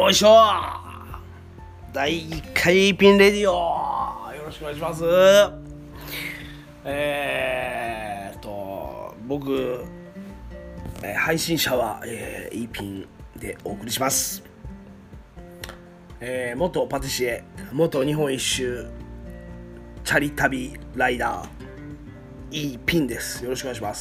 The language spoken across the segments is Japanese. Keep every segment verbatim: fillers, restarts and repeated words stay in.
よいしょ。だいいっかいピンレディオ、よろしくお願いします。えーっと僕、えー、配信者は、えー、イーピンでお送りします。えー、元パティシエ、元日本一周チャリ旅ライダーイーピンです。よろしくお願いします。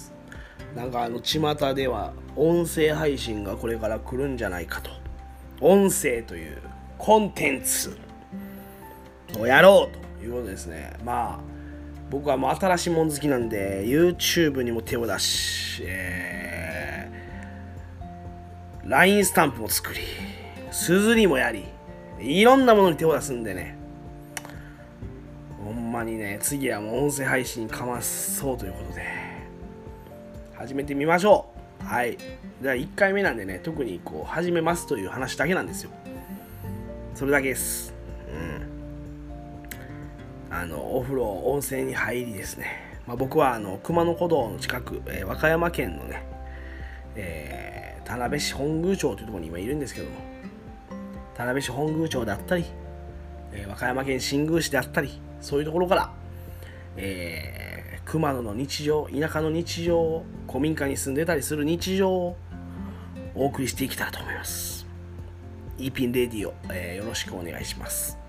なんかあの巷では音声配信がこれから来るんじゃないかと、音声というコンテンツをやろうということですね。まあ僕はもう新しいもん好きなんで YouTube にも手を出し、えー、ライン スタンプも作り、硯にもやり、いろんなものに手を出すんでね、ほんまにね、次はもう音声配信かまそうということで始めてみましょう。はい。じゃあいっかいめなんでね、特にこう始めますという話だけなんですよ。それだけです。うん。あのお風呂、温泉に入りですね。まあ、僕はあの熊野古道の近く、えー、和歌山県のね、えー、田辺市本宮町というところに今いるんですけども、田辺市本宮町であったり、えー、和歌山県新宮市であったり、そういうところから、えー、熊野の日常、田舎の日常、古民家に住んでたりする日常をお送りしていけたらと思います。イーピンレディオ、えー、よろしくお願いします。